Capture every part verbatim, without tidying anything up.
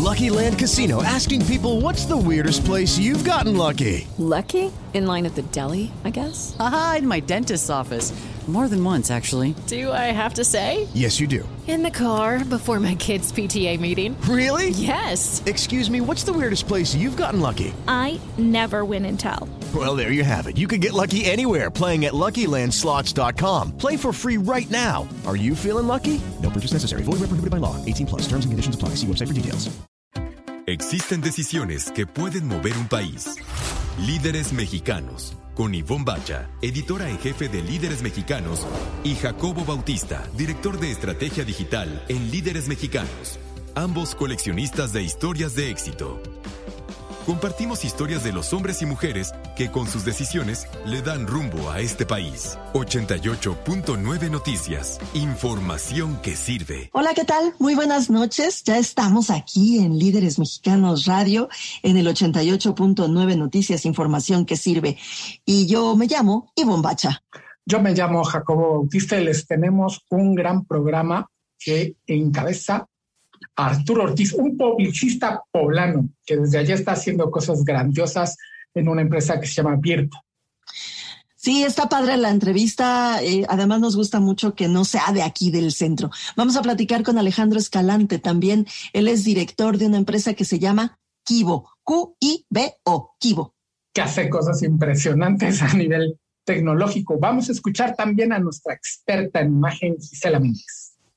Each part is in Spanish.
Lucky Land Casino, asking people, what's the weirdest place you've gotten lucky? Lucky? In line at the deli, I guess? Aha, in my dentist's office. More than once, actually. Do I have to say? Yes, you do. In the car before my kids' P T A meeting. Really? Yes. Excuse me, what's the weirdest place you've gotten lucky? I never win and tell. Well, there you have it. You can get lucky anywhere, playing at Lucky Land Slots dot com. Play for free right now. Are you feeling lucky? No purchase necessary. Void where prohibited by law. eighteen plus. Terms and conditions apply. See website for details. Existen decisiones que pueden mover un país. Líderes Mexicanos, con Ivonne Bacha, editora en jefe de Líderes Mexicanos, y Jacobo Bautista, director de estrategia digital en Líderes Mexicanos, ambos coleccionistas de historias de éxito. Compartimos historias de los hombres y mujeres que con sus decisiones le dan rumbo a este país. ochenta y ocho punto nueve Noticias. Información que sirve. Hola, ¿qué tal? Muy buenas noches. Ya estamos aquí en Líderes Mexicanos Radio, en el ochenta y ocho punto nueve Noticias, información que sirve. Y yo me llamo Ivonne Bacha. Yo me llamo Jacobo Bautista y les tenemos un gran programa que encabeza Arturo Ortiz, un publicista poblano que desde allá está haciendo cosas grandiosas en una empresa que se llama Virtu. Sí, está padre la entrevista. Eh, además nos gusta mucho que no sea de aquí del centro. Vamos a platicar con Alejandro Escalante también. Él es director de una empresa que se llama Qivo, Q I B O, Qivo. Que hace cosas impresionantes a nivel tecnológico. Vamos a escuchar también a nuestra experta en imagen, Gisela Méndez.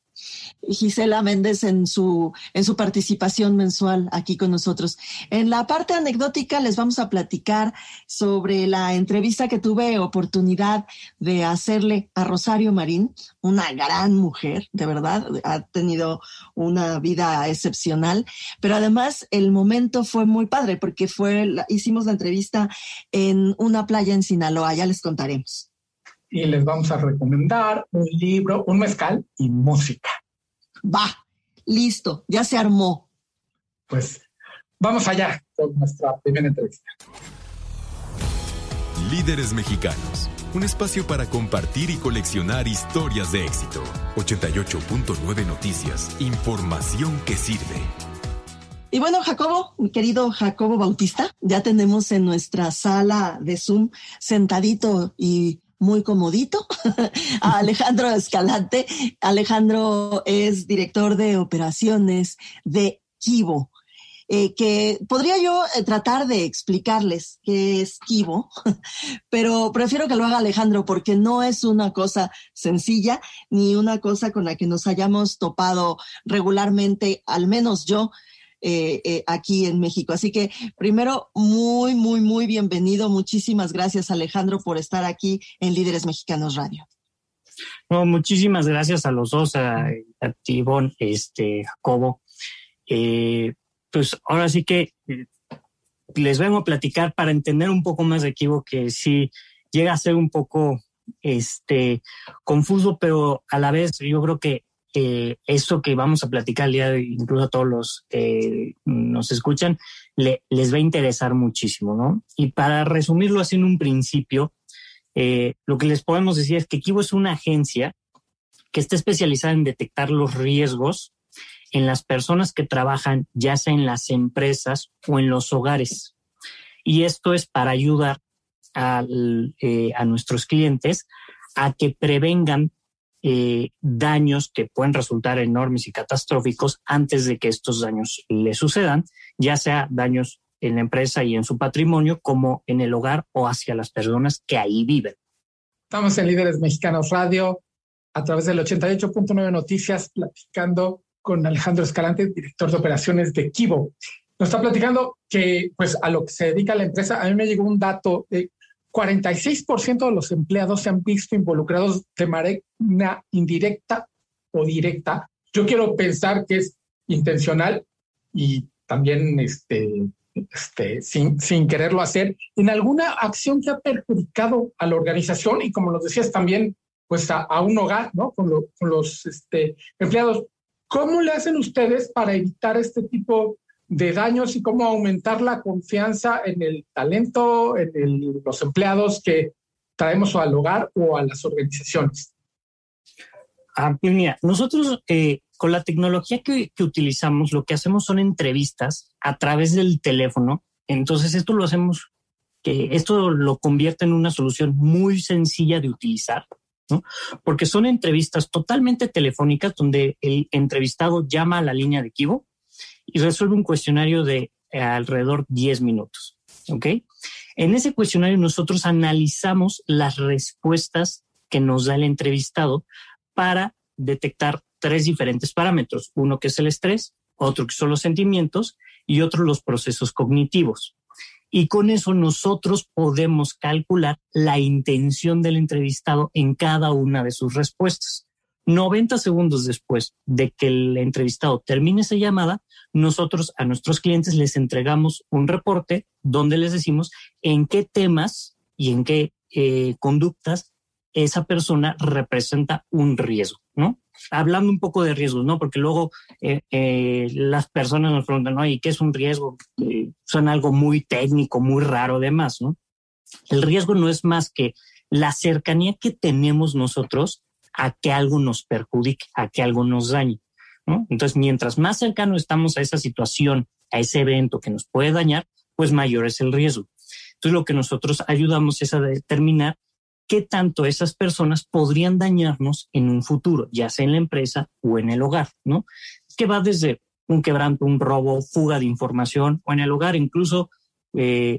Gisela Méndez en su, en su participación mensual aquí con nosotros. En la parte anecdótica les vamos a platicar sobre la entrevista que tuve oportunidad de hacerle a Rosario Marín, una gran mujer, de verdad, ha tenido una vida excepcional, pero además el momento fue muy padre porque fue, hicimos la entrevista en una playa en Sinaloa, ya les contaremos. Y les vamos a recomendar un libro, un mezcal y música. Va, listo, ya se armó. Pues vamos allá con nuestra primera entrevista. Líderes Mexicanos, un espacio para compartir y coleccionar historias de éxito. ochenta y ocho punto nueve Noticias, información que sirve. Y bueno, Jacobo, mi querido Jacobo Bautista, ya tenemos en nuestra sala de Zoom sentadito y muy comodito a Alejandro Escalante. Alejandro es director de operaciones de Qivo, eh, que podría yo eh, tratar de explicarles qué es Qivo, pero prefiero que lo haga Alejandro porque no es una cosa sencilla ni una cosa con la que nos hayamos topado regularmente, al menos yo, Eh, eh, aquí en México. Así que primero, muy, muy, muy bienvenido. Muchísimas gracias, Alejandro, por estar aquí en Líderes Mexicanos Radio. No, muchísimas gracias a los dos, a, a ti, Ivonne, este, Jacobo. Eh, pues ahora sí que eh, les vengo a platicar para entender un poco más de Qivo, que sí llega a ser un poco este, confuso, pero a la vez yo creo que Eh, esto que vamos a platicar el día de hoy, incluso a todos los que nos escuchan, le, les va a interesar muchísimo, ¿no? Y para resumirlo así en un principio, eh, lo que les podemos decir es que Qivo es una agencia que está especializada en detectar los riesgos en las personas que trabajan, ya sea en las empresas o en los hogares. Y esto es para ayudar a, eh, a nuestros clientes a que prevengan Eh, daños que pueden resultar enormes y catastróficos antes de que estos daños les sucedan, ya sea daños en la empresa y en su patrimonio, como en el hogar o hacia las personas que ahí viven. Estamos en Líderes Mexicanos Radio, a través del ochenta y ocho punto nueve Noticias, platicando con Alejandro Escalante, director de operaciones de Qivo. Nos está platicando que, pues, a lo que se dedica la empresa. A mí me llegó un dato de cuarenta y seis por ciento de los empleados se han visto involucrados de manera indirecta o directa. Yo quiero pensar que es intencional y también este, este, sin, sin quererlo hacer, en alguna acción que ha perjudicado a la organización y, como nos decías, también pues a, a un hogar, ¿no? Con, lo, con los este, empleados. ¿Cómo le hacen ustedes para evitar este tipo de daños y cómo aumentar la confianza en el talento, en el, los empleados que traemos al hogar o a las organizaciones? Ah, mira, nosotros eh, con la tecnología que, que utilizamos, lo que hacemos son entrevistas a través del teléfono. Entonces esto lo hacemos, que esto lo convierte en una solución muy sencilla de utilizar, ¿no? Porque son entrevistas totalmente telefónicas donde el entrevistado llama a la línea de Kivo y resuelve un cuestionario de eh, alrededor diez minutos, ¿ok? En ese cuestionario nosotros analizamos las respuestas que nos da el entrevistado para detectar tres diferentes parámetros. Uno que es el estrés, otro que son los sentimientos y otro los procesos cognitivos. Y con eso nosotros podemos calcular la intención del entrevistado en cada una de sus respuestas. noventa segundos después de que el entrevistado termine esa llamada, nosotros a nuestros clientes les entregamos un reporte donde les decimos en qué temas y en qué eh, conductas esa persona representa un riesgo, ¿no? Hablando un poco de riesgos, ¿no? Porque luego eh, eh, las personas nos preguntan, ¿no? ¿Y qué es un riesgo? Eh, son algo muy técnico, muy raro, demás, ¿no? El riesgo no es más que la cercanía que tenemos nosotros a que algo nos perjudique, a que algo nos dañe, ¿no? Entonces, mientras más cercano estamos a esa situación, a ese evento que nos puede dañar, pues mayor es el riesgo. Entonces, lo que nosotros ayudamos es a determinar qué tanto esas personas podrían dañarnos en un futuro, ya sea en la empresa o en el hogar, ¿no? Que va desde un quebranto, un robo, fuga de información, o en el hogar incluso eh,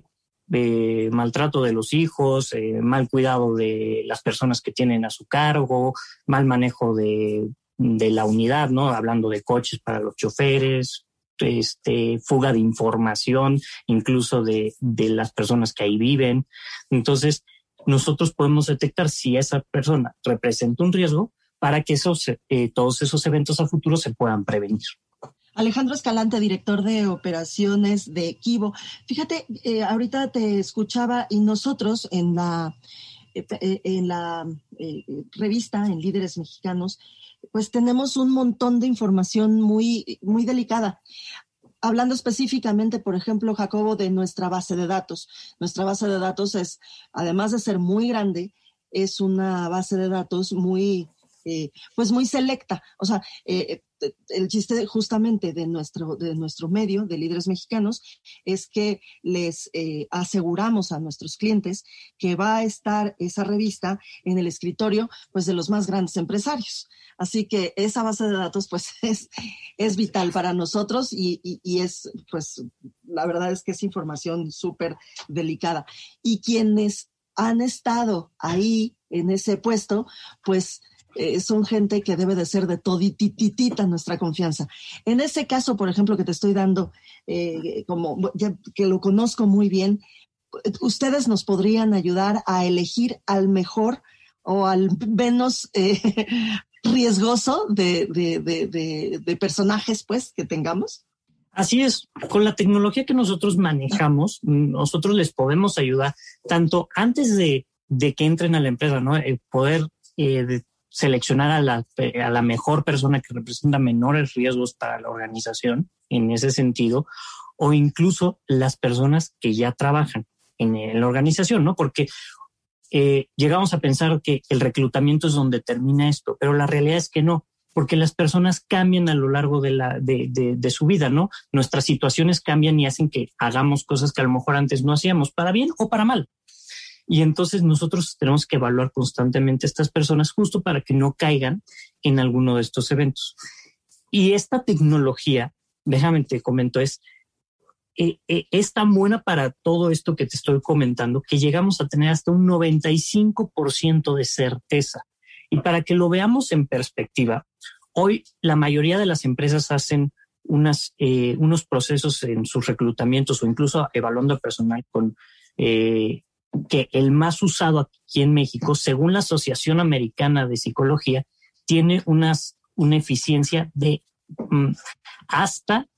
eh, maltrato de los hijos, eh, mal cuidado de las personas que tienen a su cargo, mal manejo de, de la unidad, ¿no? Hablando de coches para los choferes, este, fuga de información, incluso de, de las personas que ahí viven. Entonces, nosotros podemos detectar si esa persona representa un riesgo para que esos, eh, todos esos eventos a futuro se puedan prevenir. Alejandro Escalante, director de operaciones de Kivo. Fíjate, eh, ahorita te escuchaba y nosotros en la, eh, en la eh, revista, en Líderes Mexicanos, pues tenemos un montón de información muy, muy delicada. Hablando específicamente, por ejemplo, Jacobo, de nuestra base de datos. Nuestra base de datos es, además de ser muy grande, es una base de datos muy, eh, pues muy selecta. O sea, eh, el chiste justamente de nuestro, de nuestro medio, de Líderes Mexicanos, es que les eh, aseguramos a nuestros clientes que va a estar esa revista en el escritorio, pues, de los más grandes empresarios. Así que esa base de datos, pues, es, es vital para nosotros y, y, y es, pues, la verdad es que es información súper delicada. Y quienes han estado ahí en ese puesto, pues, eh, son gente que debe de ser de todititita nuestra confianza. En ese caso, por ejemplo, que te estoy dando, eh, como ya que lo conozco muy bien, ustedes nos podrían ayudar a elegir al mejor o al menos eh, riesgoso de, de, de, de, de personajes, pues, que tengamos. Así es, con la tecnología que nosotros manejamos, nosotros les podemos ayudar tanto antes de, de que entren a la empresa, ¿no? El poder eh, de seleccionar a la, a la mejor persona que representa menores riesgos para la organización en ese sentido, o incluso las personas que ya trabajan en, en la organización, ¿no? Porque eh, llegamos a pensar que el reclutamiento es donde termina esto, pero la realidad es que no, porque las personas cambian a lo largo de, la, de, de, de su vida, ¿no? Nuestras situaciones cambian y hacen que hagamos cosas que a lo mejor antes no hacíamos, para bien o para mal. Y entonces nosotros tenemos que evaluar constantemente a estas personas justo para que no caigan en alguno de estos eventos. Y esta tecnología, déjame te comento, es, eh, eh, es tan buena para todo esto que te estoy comentando que llegamos a tener hasta un noventa y cinco por ciento de certeza. Y para que lo veamos en perspectiva, hoy la mayoría de las empresas hacen unas, eh, unos procesos en sus reclutamientos o incluso evaluando el personal con eh, que el más usado aquí en México, según la Asociación Americana de Psicología, tiene unas, una eficiencia de mm, hasta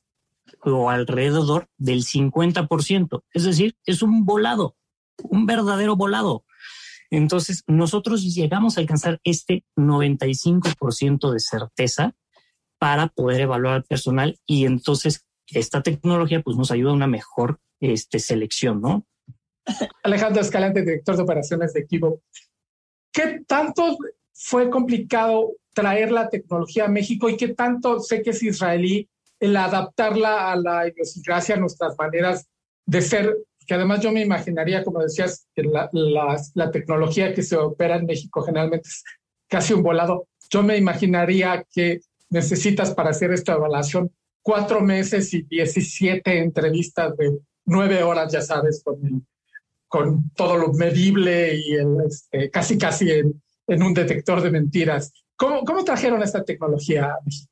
o alrededor del cincuenta por ciento. Es decir, es un volado, un verdadero volado. Entonces, nosotros llegamos a alcanzar este noventa y cinco por ciento de certeza para poder evaluar al personal y entonces esta tecnología pues, nos ayuda a una mejor este, selección, ¿no? Alejandro Escalante, director de operaciones de Kivo. ¿Qué tanto fue complicado traer la tecnología a México y qué tanto sé que es israelí el adaptarla a la idiosincrasia, a nuestras maneras de ser, que además yo me imaginaría, como decías, que la, la, la tecnología que se opera en México generalmente es casi un volado. Yo me imaginaría que necesitas para hacer esta evaluación cuatro meses y diecisiete entrevistas de nueve horas, ya sabes, con, el, con todo lo medible y el, este, casi casi en, en un detector de mentiras. ¿Cómo, cómo trajeron esta tecnología a México?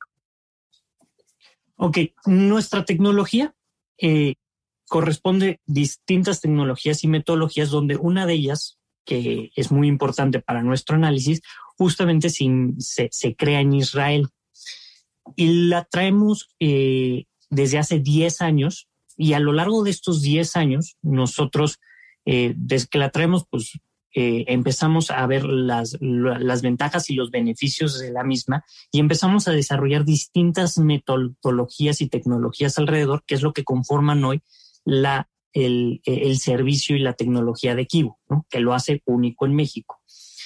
Ok, nuestra tecnología eh, corresponde a distintas tecnologías y metodologías, donde una de ellas, que es muy importante para nuestro análisis, justamente sin, se, se crea en Israel. Y la traemos eh, desde hace diez años, y a lo largo de estos diez años, nosotros, eh, desde que la traemos, pues eh, empezamos a ver las, las ventajas y los beneficios de la misma, y empezamos a desarrollar distintas metodologías y tecnologías alrededor, que es lo que conforman hoy la, el, el servicio y la tecnología de Kivo, ¿no? Que lo hace único en México.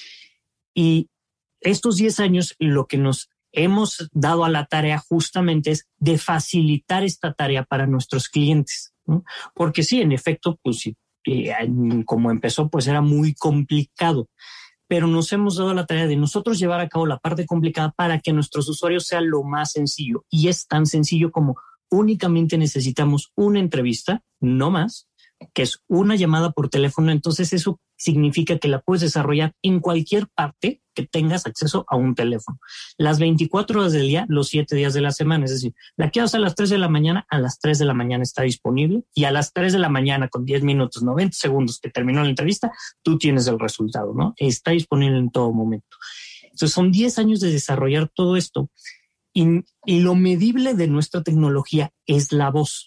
Y estos diez años, lo que nos hemos dado a la tarea justamente es de facilitar esta tarea para nuestros clientes, ¿no? Porque sí, en efecto, pues sí, eh, como empezó, pues era muy complicado, pero nos hemos dado la tarea de nosotros llevar a cabo la parte complicada para que nuestros usuarios sea lo más sencillo. Y es tan sencillo como únicamente necesitamos una entrevista, no más, que es una llamada por teléfono. Entonces eso significa que la puedes desarrollar en cualquier parte que tengas acceso a un teléfono. Las veinticuatro horas del día, los siete días de la semana. Es decir, la que hagas a las tres de la mañana, a las tres de la mañana está disponible, y a las tres de la mañana con diez minutos, noventa segundos que terminó la entrevista, tú tienes el resultado, ¿no? Está disponible en todo momento. Entonces son diez años de desarrollar todo esto, y, y lo medible de nuestra tecnología es la voz.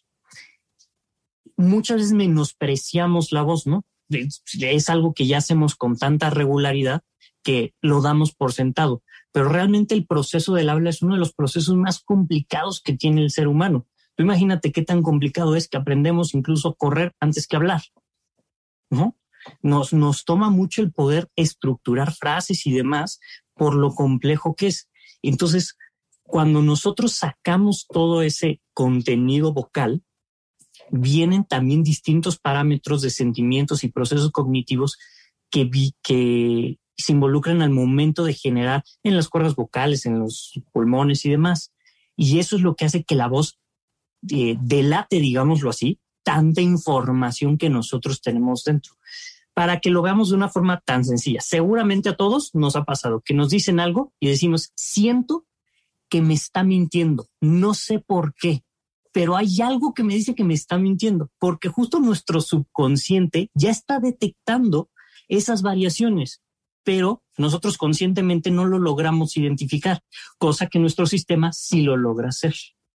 Muchas veces menospreciamos la voz, ¿no? Es algo que ya hacemos con tanta regularidad que lo damos por sentado, pero realmente el proceso del habla es uno de los procesos más complicados que tiene el ser humano. Tú imagínate qué tan complicado es que aprendemos incluso a correr antes que hablar, ¿no? Nos, nos toma mucho el poder estructurar frases y demás por lo complejo que es. Entonces, cuando nosotros sacamos todo ese contenido vocal, vienen también distintos parámetros de sentimientos y procesos cognitivos que, vi, que se involucran al momento de generar en las cuerdas vocales, en los pulmones y demás. Y eso es lo que hace que la voz eh, delate, digámoslo así, tanta información que nosotros tenemos dentro. Para que lo veamos de una forma tan sencilla. Seguramente a todos nos ha pasado que nos dicen algo y decimos, siento que me está mintiendo, no sé por qué, pero hay algo que me dice que me está mintiendo, porque justo nuestro subconsciente ya está detectando esas variaciones, pero nosotros conscientemente no lo logramos identificar, cosa que nuestro sistema sí lo logra hacer.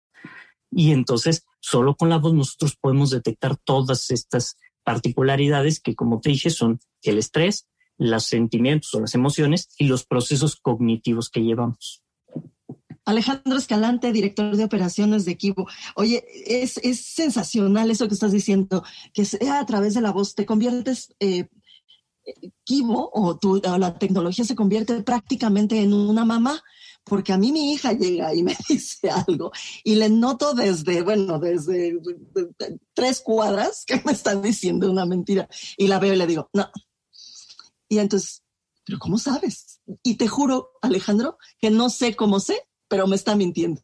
Y entonces, solo con la voz nosotros podemos detectar todas estas particularidades que, como te dije, son el estrés, los sentimientos o las emociones y los procesos cognitivos que llevamos. Alejandro Escalante, director de operaciones de Kivo. Oye, es, es sensacional eso que estás diciendo, que sea a través de la voz te conviertes, eh, Kivo o, tu, o la tecnología se convierte prácticamente en una mamá, porque a mí mi hija llega y me dice algo y le noto desde, bueno, desde tres cuadras que me están diciendo una mentira y la veo y le digo, no. Y entonces, ¿pero cómo sabes? Y te juro, Alejandro, que no sé cómo sé, pero me está mintiendo.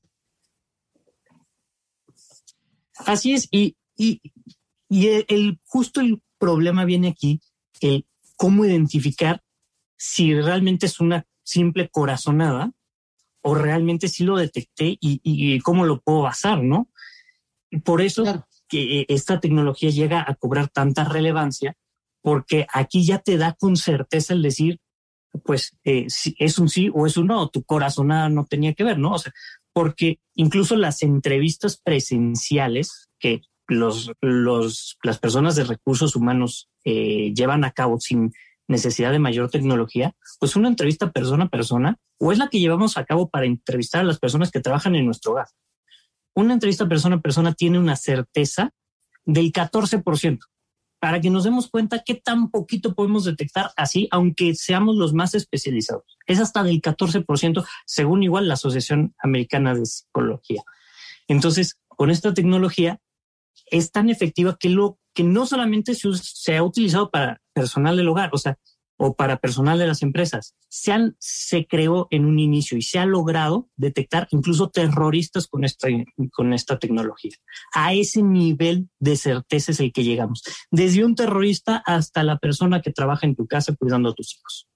Así es, y, y, y el, el, justo el problema viene aquí, el cómo identificar si realmente es una simple corazonada o realmente sí lo detecté y, y, y cómo lo puedo basar, ¿no? Por eso claro. que esta tecnología llega a cobrar tanta relevancia, porque aquí ya te da con certeza el decir, pues eh, si es un sí o es un no, tu corazonada no tenía que ver, ¿no? O sea, porque incluso las entrevistas presenciales que los, los, las personas de recursos humanos eh, llevan a cabo sin necesidad de mayor tecnología, pues una entrevista persona a persona, o es la que llevamos a cabo para entrevistar a las personas que trabajan en nuestro hogar. Una entrevista persona a persona tiene una certeza del catorce por ciento. para que nos demos cuenta qué tan poquito podemos detectar así, aunque seamos los más especializados. Es hasta del catorce por ciento, según igual la Asociación Americana de Psicología. Entonces, con esta tecnología es tan efectiva que, lo, que no solamente se, se ha utilizado para personal del hogar, o sea, o para personal de las empresas. Se, han, se creó en un inicio y se ha logrado detectar incluso terroristas con esta, con esta tecnología. A ese nivel de certeza es el que llegamos. Desde un terrorista hasta la persona que trabaja en tu casa cuidando a tus hijos.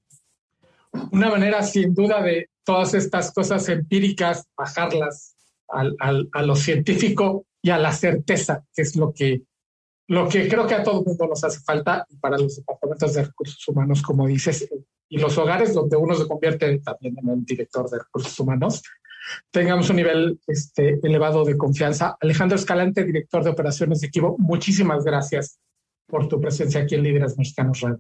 Una manera sin duda de todas estas cosas empíricas, bajarlas al, al, a lo científico y a la certeza, que es lo que Lo que creo que a todo el mundo nos hace falta para los departamentos de recursos humanos, como dices, y los hogares donde uno se convierte también en el director de recursos humanos, tengamos un nivel este, elevado de confianza. Alejandro Escalante, director de operaciones de Kivo, muchísimas gracias por tu presencia aquí en Líderes Mexicanos Radio.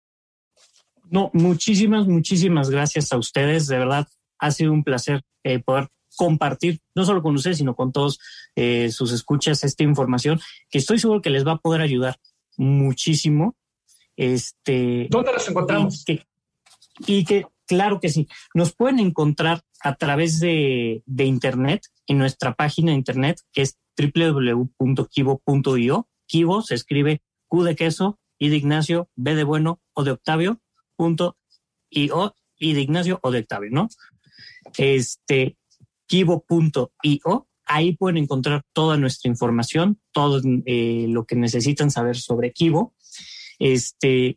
No, muchísimas, muchísimas gracias a ustedes. De verdad, ha sido un placer eh, poder compartir, no solo con ustedes, sino con todos eh, sus escuchas, esta información, que estoy seguro que les va a poder ayudar muchísimo. Este, ¿Dónde los encontramos? Y que, y que, claro que sí, nos pueden encontrar a través de, de internet, en nuestra página de internet, que es doble u doble u doble u punto kivo punto io. Kivo se escribe Q de queso, I de Ignacio, B de bueno, O de Octavio, punto io, I de Ignacio, O de Octavio, ¿no? Este... kivo punto io, ahí pueden encontrar toda nuestra información, todo eh, lo que necesitan saber sobre Kivo, este,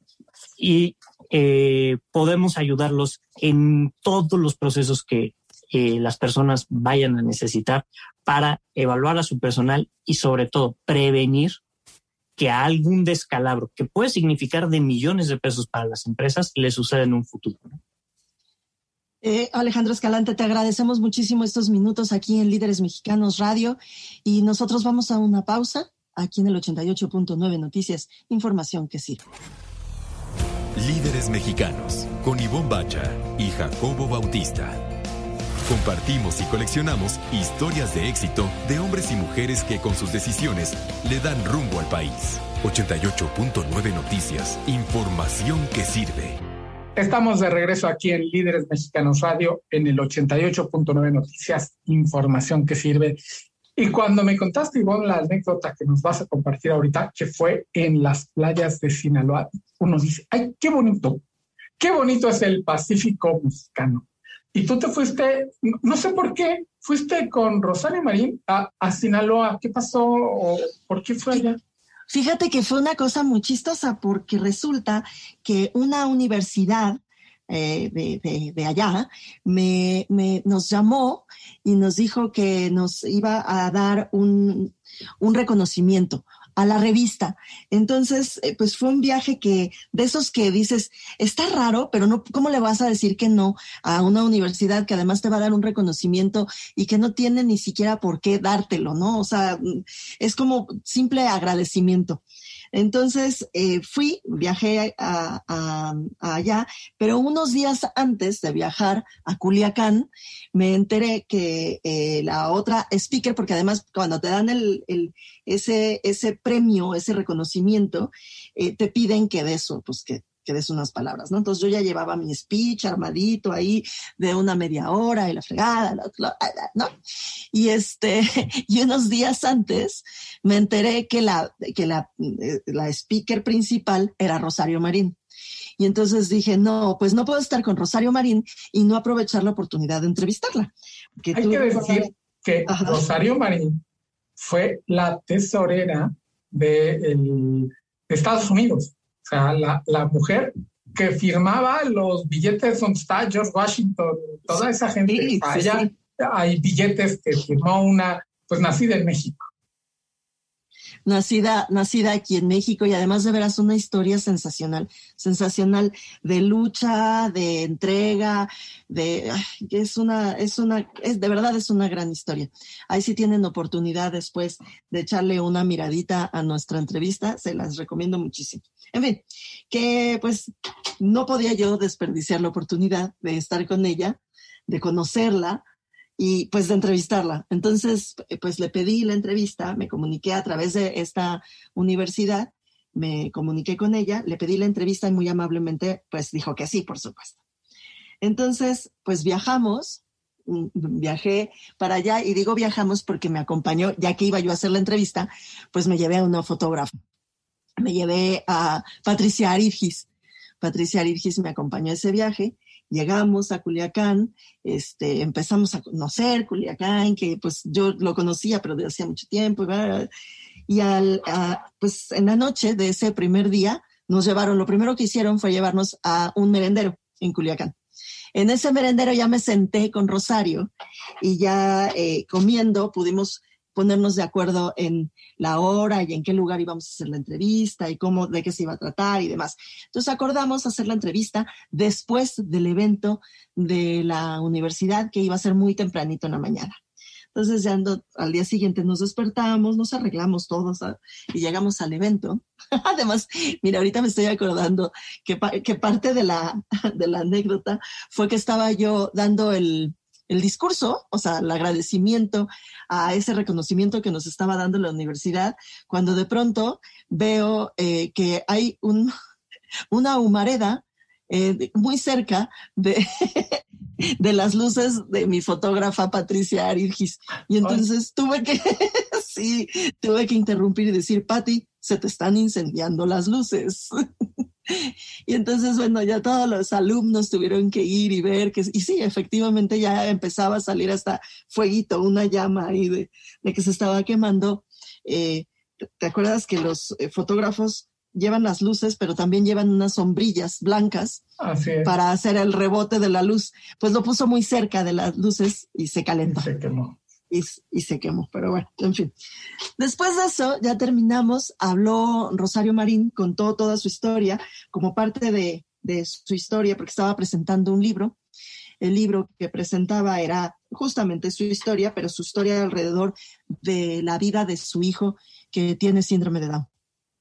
y eh, podemos ayudarlos en todos los procesos que eh, las personas vayan a necesitar para evaluar a su personal y sobre todo prevenir que a algún descalabro, que puede significar de millones de pesos para las empresas, le suceda en un futuro, ¿no? Eh, Alejandro Escalante, te agradecemos muchísimo estos minutos aquí en Líderes Mexicanos Radio y nosotros vamos a una pausa aquí en el ochenta y ocho punto nueve Noticias, información que sirve. Líderes Mexicanos con Ivonne Bacha y Jacobo Bautista. Compartimos y coleccionamos historias de éxito de hombres y mujeres que con sus decisiones le dan rumbo al país. ochenta y ocho punto nueve Noticias, información que sirve. Estamos de regreso aquí en Líderes Mexicanos Radio, en el ochenta y ocho punto nueve Noticias, información que sirve. Y cuando me contaste, Ivonne, la anécdota que nos vas a compartir ahorita, que fue en las playas de Sinaloa, uno dice, ¡ay, qué bonito! ¡Qué bonito es el Pacífico mexicano! Y tú te fuiste, no sé por qué, fuiste con Rosario Marín a, a Sinaloa. ¿Qué pasó o por qué fue allá? Fíjate que fue una cosa muy chistosa porque resulta que una universidad eh, de, de, de allá me, me, nos llamó y nos dijo que nos iba a dar un, un reconocimiento a la revista. Entonces, eh, pues fue un viaje que, de esos que dices, está raro, pero no, ¿cómo le vas a decir que no a una universidad que además te va a dar un reconocimiento y que no tiene ni siquiera por qué dártelo, ¿no? O sea, es como simple agradecimiento. Entonces, eh, fui, viajé a, a, a allá, pero unos días antes de viajar a Culiacán, me enteré que eh, la otra speaker, porque además cuando te dan el, el, ese, ese premio, ese reconocimiento, eh, te piden que des, pues que, que des unas palabras, ¿no? Entonces yo ya llevaba mi speech armadito ahí de una media hora y la fregada, ¿no? Y este, y unos días antes me enteré que la, que la, la speaker principal era Rosario Marín. Y entonces dije, no, pues no puedo estar con Rosario Marín y no aprovechar la oportunidad de entrevistarla. Hay tú, que decir que ajá. Rosario Marín fue la tesorera de, el, de Estados Unidos. O sea, la, la mujer que firmaba los billetes donde está George Washington, toda esa gente. Sí, allá sí, sí. Hay billetes que firmó una, pues nacida en México. Nacida, nacida aquí en México y además de veras una historia sensacional, sensacional de lucha, de entrega, de ay, es una, es una, es de verdad es una gran historia. Ahí sí tienen oportunidad después de echarle una miradita a nuestra entrevista, se las recomiendo muchísimo. En fin, que pues no podía yo desperdiciar la oportunidad de estar con ella, de conocerla y pues de entrevistarla. Entonces, pues le pedí la entrevista, me comuniqué a través de esta universidad, me comuniqué con ella, le pedí la entrevista y muy amablemente pues dijo que sí, por supuesto. Entonces, pues viajamos, viajé para allá y digo viajamos porque me acompañó, ya que iba yo a hacer la entrevista, pues me llevé a una fotógrafa. Me llevé a Patricia Aridgis. Patricia Aridgis me acompañó a ese viaje. Llegamos a Culiacán, este, empezamos a conocer Culiacán, que pues yo lo conocía, pero de hacía mucho tiempo. Y al, a, pues en la noche de ese primer día nos llevaron, lo primero que hicieron fue llevarnos a un merendero en Culiacán. En ese merendero ya me senté con Rosario y ya eh, comiendo pudimos ponernos de acuerdo en la hora y en qué lugar íbamos a hacer la entrevista y cómo, de qué se iba a tratar y demás. Entonces acordamos hacer la entrevista después del evento de la universidad, que iba a ser muy tempranito en la mañana. Entonces ya ando, al día siguiente nos despertamos, nos arreglamos todos ¿sabes? Y llegamos al evento. Además, mira, ahorita me estoy acordando que, que parte de la, de la anécdota fue que estaba yo dando el... el discurso, o sea, el agradecimiento a ese reconocimiento que nos estaba dando la universidad, cuando de pronto veo eh, que hay un, una humareda eh, muy cerca de, de las luces de mi fotógrafa Patricia Aridgis. Y entonces Ay. tuve que, sí, tuve que interrumpir y decir, Pati, se te están incendiando las luces. Y entonces, bueno, ya todos los alumnos tuvieron que ir y ver que, y sí, efectivamente ya empezaba a salir hasta fueguito, una llama ahí de, de que se estaba quemando. Eh, ¿Te acuerdas que los eh, fotógrafos llevan las luces, pero también llevan unas sombrillas blancas para hacer el rebote de la luz? Pues lo puso muy cerca de las luces y se calentó. Y se quemó. Y, y se quemó, pero bueno, en fin. Después de eso, ya terminamos, habló Rosario Marín, contó toda su historia como parte de, de su historia, porque estaba presentando un libro. El libro que presentaba era justamente su historia, pero su historia alrededor de la vida de su hijo que tiene síndrome de Down.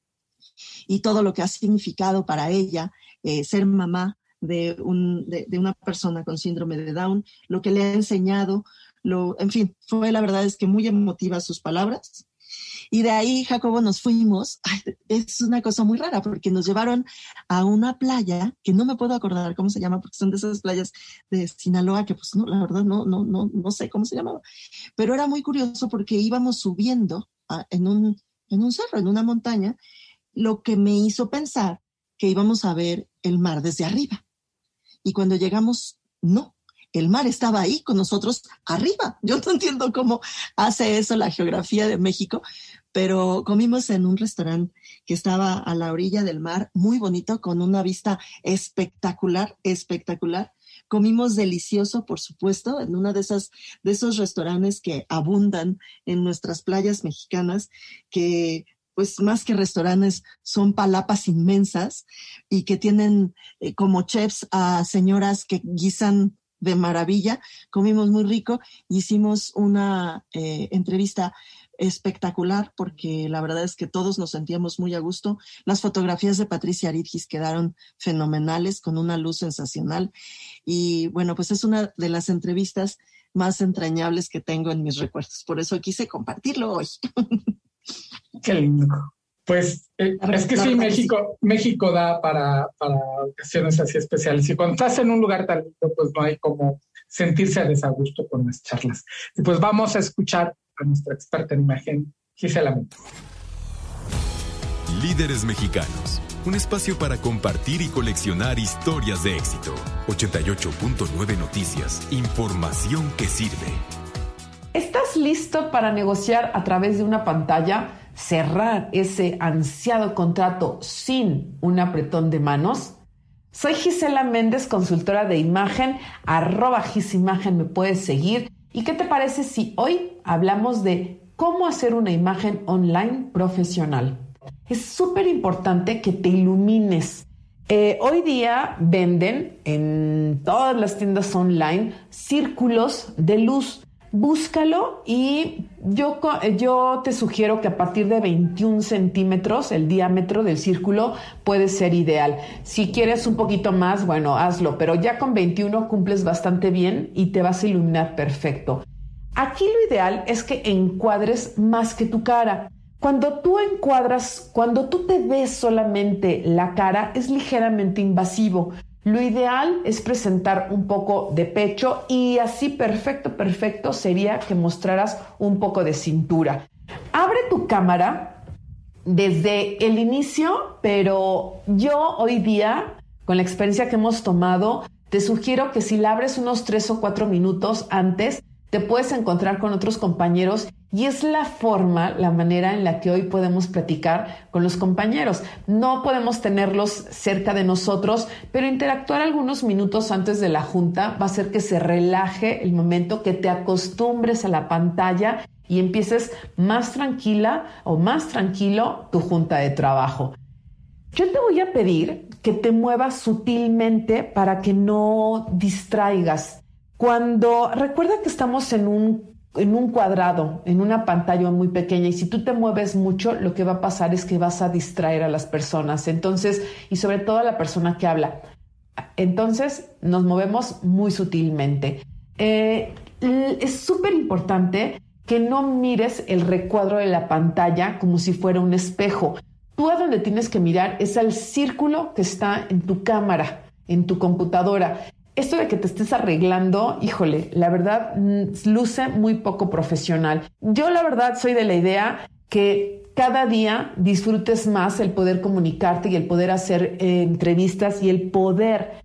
Y todo lo que ha significado para ella eh, ser mamá de, un, de, de una persona con síndrome de Down, lo que le ha enseñado. Lo, en fin, fue la verdad es que muy emotiva sus palabras. Y de ahí, Jacobo, nos fuimos. Ay, es una cosa muy rara porque nos llevaron a una playa que no me puedo acordar cómo se llama, porque son de esas playas de Sinaloa que pues no, la verdad no, no, no, no sé cómo se llamaba. Pero era muy curioso porque íbamos subiendo a, en, un, en un cerro, en una montaña, lo que me hizo pensar que íbamos a ver el mar desde arriba. Y cuando llegamos, no. El mar estaba ahí con nosotros arriba. Yo no entiendo cómo hace eso la geografía de México, pero comimos en un restaurante que estaba a la orilla del mar, muy bonito, con una vista espectacular, espectacular. Comimos delicioso, por supuesto, en uno de esas, de esos restaurantes que abundan en nuestras playas mexicanas, que pues más que restaurantes son palapas inmensas y que tienen eh, como chefs a señoras que guisan de maravilla. Comimos muy rico, hicimos una eh, entrevista espectacular porque la verdad es que todos nos sentíamos muy a gusto. Las fotografías de Patricia Aridgis quedaron fenomenales, con una luz sensacional y bueno, pues es una de las entrevistas más entrañables que tengo en mis recuerdos, por eso quise compartirlo hoy. Qué lindo. Pues eh, es que sí, México, México da para, para ocasiones así especiales. Y cuando estás en un lugar tan lindo, pues no hay como sentirse a desagusto con las charlas. Y pues vamos a escuchar a nuestra experta en imagen, Gisela Méndez. Líderes Mexicanos, un espacio para compartir y coleccionar historias de éxito. ochenta y ocho punto nueve Noticias, información que sirve. ¿Estás listo para negociar a través de una pantalla? Cerrar ese ansiado contrato sin un apretón de manos. Soy Gisela Méndez, consultora de imagen, arroba gisimagen, me puedes seguir. ¿Y qué te parece si hoy hablamos de cómo hacer una imagen online profesional? Es súper importante que te ilumines. Eh, hoy día venden en todas las tiendas online círculos de luz. búscalo y yo, yo te sugiero que a partir de veintiún centímetros el diámetro del círculo puede ser ideal. Si quieres un poquito más, bueno, hazlo, pero ya con veintiuno cumples bastante bien y te vas a iluminar perfecto. Aquí lo ideal es que encuadres más que tu cara. Cuando tú encuadras, cuando tú te ves solamente la cara, es ligeramente invasivo. Lo ideal es presentar un poco de pecho y así perfecto, perfecto sería que mostraras un poco de cintura. Abre tu cámara desde el inicio, pero yo hoy día, con la experiencia que hemos tomado, te sugiero que si la abres unos tres o cuatro minutos antes, te puedes encontrar con otros compañeros y es la forma, la manera en la que hoy podemos platicar con los compañeros. No podemos tenerlos cerca de nosotros, pero interactuar algunos minutos antes de la junta va a hacer que se relaje el momento, que te acostumbres a la pantalla y empieces más tranquila o más tranquilo tu junta de trabajo. Yo te voy a pedir que te muevas sutilmente para que no distraigas. Cuando recuerda que estamos en un, en un cuadrado, en una pantalla muy pequeña, y si tú te mueves mucho, lo que va a pasar es que vas a distraer a las personas. Entonces, y sobre todo a la persona que habla. Entonces, nos movemos muy sutilmente. Eh, es súper importante que no mires el recuadro de la pantalla como si fuera un espejo. Tú a donde tienes que mirar es al círculo que está en tu cámara, en tu computadora. Esto de que te estés arreglando, híjole, la verdad luce muy poco profesional. Yo la verdad soy de la idea que cada día disfrutes más el poder comunicarte y el poder hacer eh, entrevistas y el poder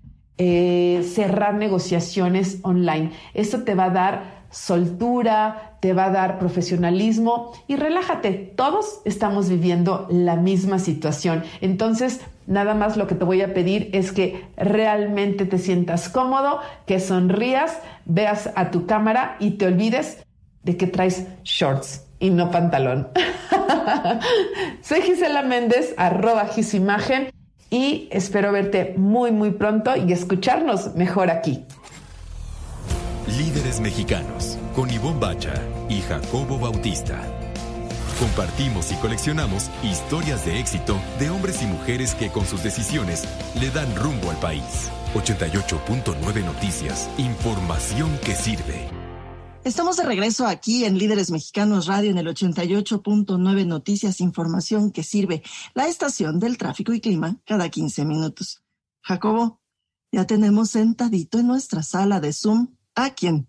eh, cerrar negociaciones online. Esto te va a dar soltura, te va a dar profesionalismo y relájate. Todos estamos viviendo la misma situación. Entonces, nada más lo que te voy a pedir es que realmente te sientas cómodo, que sonrías, veas a tu cámara y te olvides de que traes shorts y no pantalón. Soy Gisela Méndez, arroba Gisimagen, y espero verte muy, muy pronto y escucharnos mejor aquí. Líderes Mexicanos, con Ivonne Bacha y Jacobo Bautista. Compartimos y coleccionamos historias de éxito de hombres y mujeres que con sus decisiones le dan rumbo al país. ochenta y ocho punto nueve Noticias, información que sirve. Estamos de regreso aquí en Líderes Mexicanos Radio en el ochenta y ocho punto nueve Noticias, información que sirve. La estación del tráfico y clima cada quince minutos. Jacobo, ya tenemos sentadito en nuestra sala de Zoom. ¿A quién?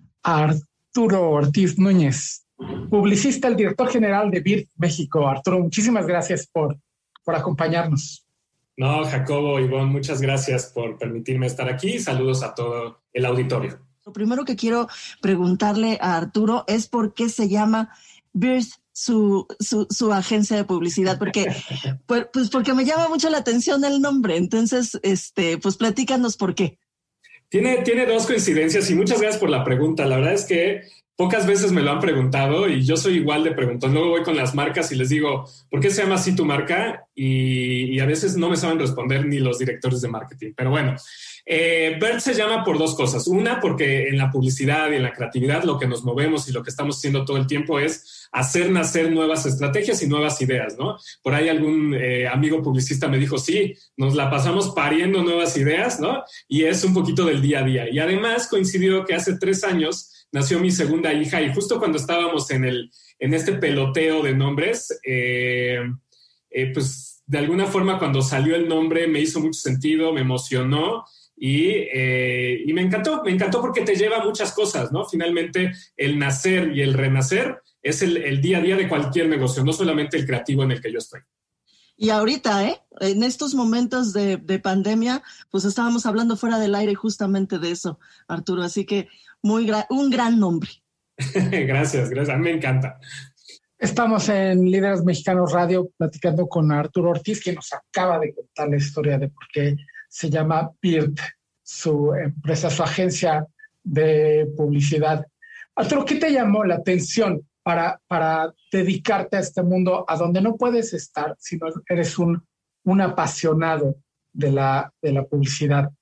Arturo Ortiz Núñez, publicista, el director general de B I R T México. Arturo, muchísimas gracias por, por acompañarnos. No, Jacobo, Ivonne, muchas gracias por permitirme estar aquí. Saludos a todo el auditorio. Lo primero que quiero preguntarle a Arturo es por qué se llama B I R T su, su, su agencia de publicidad, porque, pues, pues porque me llama mucho la atención el nombre. Entonces, este, pues platícanos por qué. Tiene, tiene dos coincidencias y muchas gracias por la pregunta. La verdad es que pocas veces me lo han preguntado y yo soy igual de preguntón. Luego voy con las marcas y les digo, ¿por qué se llama así tu marca? Y, y a veces no me saben responder ni los directores de marketing. Pero bueno, eh, B I R T se llama por dos cosas. Una, porque en la publicidad y en la creatividad lo que nos movemos y lo que estamos haciendo todo el tiempo es hacer nacer nuevas estrategias y nuevas ideas, ¿no? Por ahí algún eh, amigo publicista me dijo, sí, nos la pasamos pariendo nuevas ideas, ¿no? Y es un poquito del día a día. Y además coincidió que hace tres años nació mi segunda hija y justo cuando estábamos en, el, en este peloteo de nombres, eh, eh, pues de alguna forma cuando salió el nombre me hizo mucho sentido, me emocionó y, eh, y me encantó, me encantó porque te lleva a muchas cosas, ¿no? Finalmente el nacer y el renacer es el, el día a día de cualquier negocio, no solamente el creativo en el que yo estoy. Y ahorita, ¿eh? En estos momentos de, de pandemia, pues estábamos hablando fuera del aire justamente de eso, Arturo. Así que muy gra- un gran nombre. Gracias, gracias. A mí me encanta. Estamos en Líderes Mexicanos Radio platicando con Arturo Ortiz, que nos acaba de contar la historia de por qué se llama B I R T, su empresa, su agencia de publicidad. Arturo, ¿qué te llamó la atención para, para dedicarte a este mundo a donde no puedes estar, sino eres un, un apasionado de la, de la publicidad?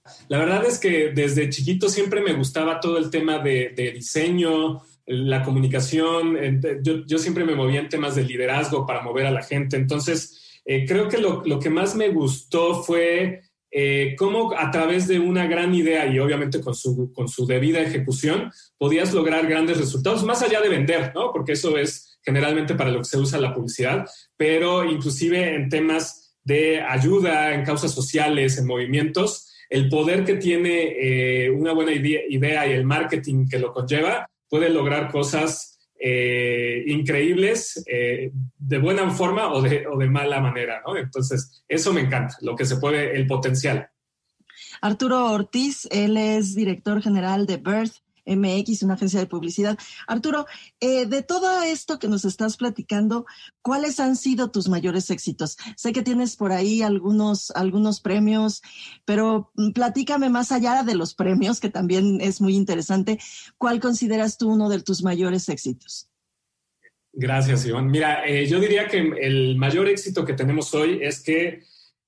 La verdad es que desde chiquito siempre me gustaba todo el tema de, de diseño, la comunicación. Yo, yo siempre me movía en temas de liderazgo para mover a la gente. Entonces, eh, creo que lo, lo que más me gustó fue eh, cómo a través de una gran idea y obviamente con su, con su debida ejecución podías lograr grandes resultados, más allá de vender, ¿no? Porque eso es generalmente para lo que se usa la publicidad, pero inclusive en temas de ayuda, en causas sociales, en movimientos, el poder que tiene eh, una buena idea, idea y el marketing que lo conlleva puede lograr cosas eh, increíbles eh, de buena forma o de, o de mala manera, ¿no? Entonces, eso me encanta, lo que se puede, el potencial. Arturo Ortiz, él es director general de Birth M X, una agencia de publicidad. Arturo, eh, de todo esto que nos estás platicando, ¿cuáles han sido tus mayores éxitos? Sé que tienes por ahí algunos, algunos premios, pero platícame más allá de los premios, que también es muy interesante. ¿Cuál consideras tú uno de tus mayores éxitos? Gracias, Iván. Mira, eh, yo diría que el mayor éxito que tenemos hoy es que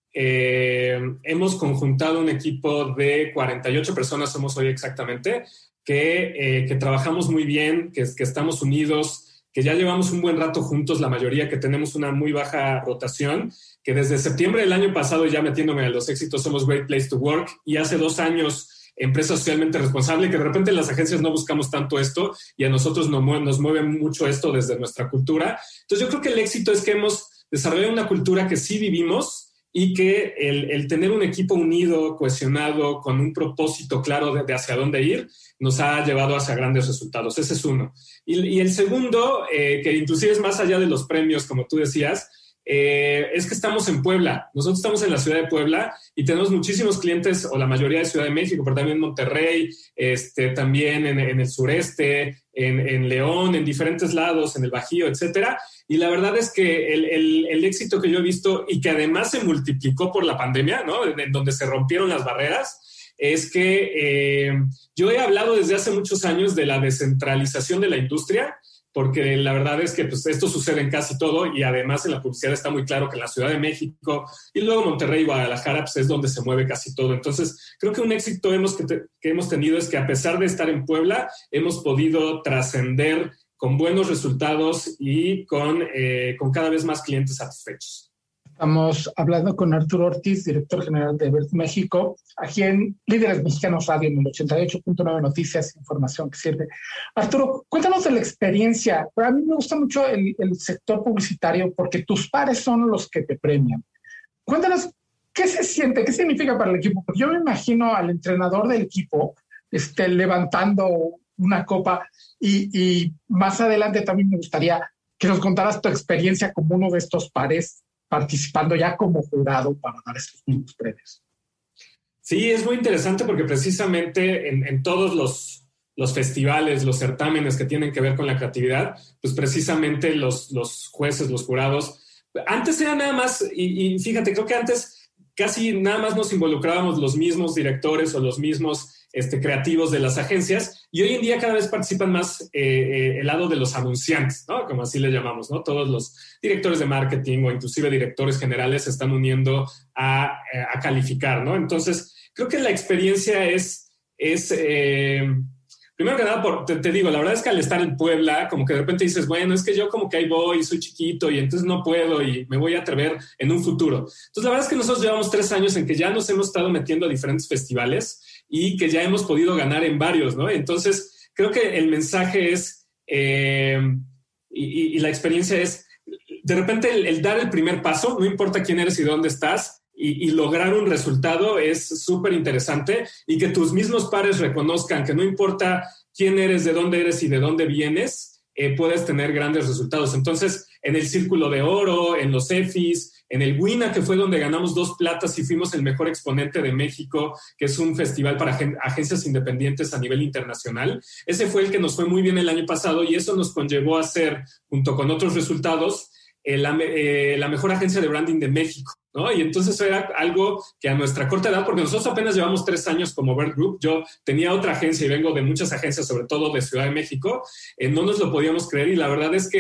eh, hemos conjuntado un equipo de cuarenta y ocho personas, somos hoy exactamente, Que, eh, que trabajamos muy bien, que, que estamos unidos, que ya llevamos un buen rato juntos, la mayoría, que tenemos una muy baja rotación, que desde septiembre del año pasado, ya metiéndome a los éxitos, somos Great Place to Work, y hace dos años empresa socialmente responsable, que de repente en las agencias no buscamos tanto esto y a nosotros nos mueve, nos mueve mucho esto desde nuestra cultura. Entonces yo creo que el éxito es que hemos desarrollado una cultura que sí vivimos y que el, el tener un equipo unido, cohesionado, con un propósito claro de, de hacia dónde ir, nos ha llevado hacia grandes resultados. Ese es uno. Y, y el segundo, eh, que inclusive es más allá de los premios, como tú decías, eh, es que estamos en Puebla. Nosotros estamos en la ciudad de Puebla y tenemos muchísimos clientes, o la mayoría de Ciudad de México, pero también en Monterrey, este, también en, en el sureste, en, en León, en diferentes lados, en el Bajío, etcétera. Y la verdad es que el, el, el éxito que yo he visto y que además se multiplicó por la pandemia, ¿no? En donde se rompieron las barreras, es que eh, yo he hablado desde hace muchos años de la descentralización de la industria, porque la verdad es que pues, esto sucede en casi todo y además en la publicidad está muy claro que en la Ciudad de México y luego Monterrey y Guadalajara pues, es donde se mueve casi todo. Entonces, creo que un éxito hemos, que, te, que hemos tenido es que a pesar de estar en Puebla, hemos podido trascender con buenos resultados y con, eh, con cada vez más clientes satisfechos. Estamos hablando con Arturo Ortiz, director general de Birth México, aquí en Líderes Mexicanos Radio, en el ochenta y ocho punto nueve Noticias, información que sirve. Arturo, cuéntanos de la experiencia. A mí me gusta mucho el, el sector publicitario porque tus pares son los que te premian. Cuéntanos, ¿qué se siente? ¿Qué significa para el equipo? Porque yo me imagino al entrenador del equipo este, levantando una copa y, y más adelante también me gustaría que nos contaras tu experiencia como uno de estos pares participando ya como jurado para dar estos mismos premios. Sí, es muy interesante porque precisamente en, en todos los, los festivales, los certámenes que tienen que ver con la creatividad, pues precisamente los, los jueces, los jurados, antes era nada más, y, y fíjate, creo que antes casi nada más nos involucrábamos los mismos directores o los mismos Este, creativos de las agencias, y hoy en día cada vez participan más eh, eh, el lado de los anunciantes, ¿no? Como así le llamamos, ¿no? Todos los directores de marketing o inclusive directores generales se están uniendo a, a calificar, ¿no? Entonces, creo que la experiencia es, es eh, primero que nada, por, te, te digo, la verdad es que al estar en Puebla, como que de repente dices, bueno, es que yo como que ahí voy, soy chiquito y entonces no puedo y me voy a atrever en un futuro. Entonces, la verdad es que nosotros llevamos tres años en que ya nos hemos estado metiendo a diferentes festivales y que ya hemos podido ganar en varios, ¿no? Entonces, creo que el mensaje es, eh, y, y la experiencia es, de repente el, el dar el primer paso, no importa quién eres y dónde estás, y, y lograr un resultado es súper interesante, y que tus mismos pares reconozcan que no importa quién eres, de dónde eres y de dónde vienes, eh, puedes tener grandes resultados. Entonces, en el Círculo de Oro, en los E F Is, en el WINA, que fue donde ganamos dos platas y fuimos el mejor exponente de México, que es un festival para agen- agencias independientes a nivel internacional. Ese fue el que nos fue muy bien el año pasado y eso nos conllevó a ser, junto con otros resultados, eh, la, eh, la mejor agencia de branding de México, ¿no? Y entonces eso era algo que a nuestra corta edad, porque nosotros apenas llevamos tres años como Birth Group, yo tenía otra agencia y vengo de muchas agencias, sobre todo de Ciudad de México, eh, no nos lo podíamos creer y la verdad es que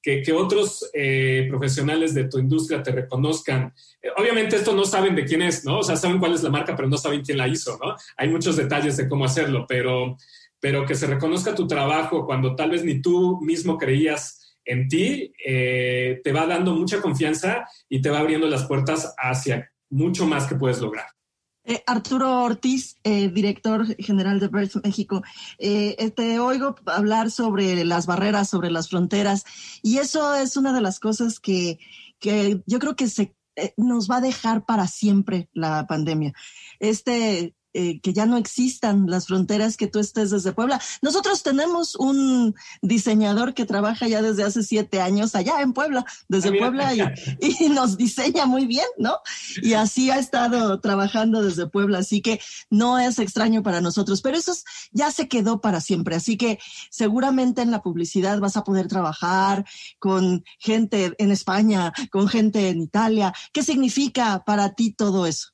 que, que otros eh, profesionales de tu industria te reconozcan. Eh, obviamente esto no saben de quién es, ¿no? O sea, saben cuál es la marca, pero no saben quién la hizo, ¿no? Hay muchos detalles de cómo hacerlo, pero, pero que se reconozca tu trabajo cuando tal vez ni tú mismo creías en ti, eh, te va dando mucha confianza y te va abriendo las puertas hacia mucho más que puedes lograr. Eh, Arturo Ortiz, eh, director general de Birth México, eh, te oigo hablar sobre las barreras, sobre las fronteras, y eso es una de las cosas que, que yo creo que se, eh, nos va a dejar para siempre la pandemia. Este... Eh, que ya no existan las fronteras, que tú estés desde Puebla. Nosotros tenemos un diseñador que trabaja ya desde hace siete años allá en Puebla, desde Puebla, y, y nos diseña muy bien, ¿no? Y así ha estado trabajando desde Puebla, así que no es extraño para nosotros, pero eso es, ya se quedó para siempre, así que seguramente en la publicidad vas a poder trabajar con gente en España, con gente en Italia. ¿Qué significa para ti todo eso?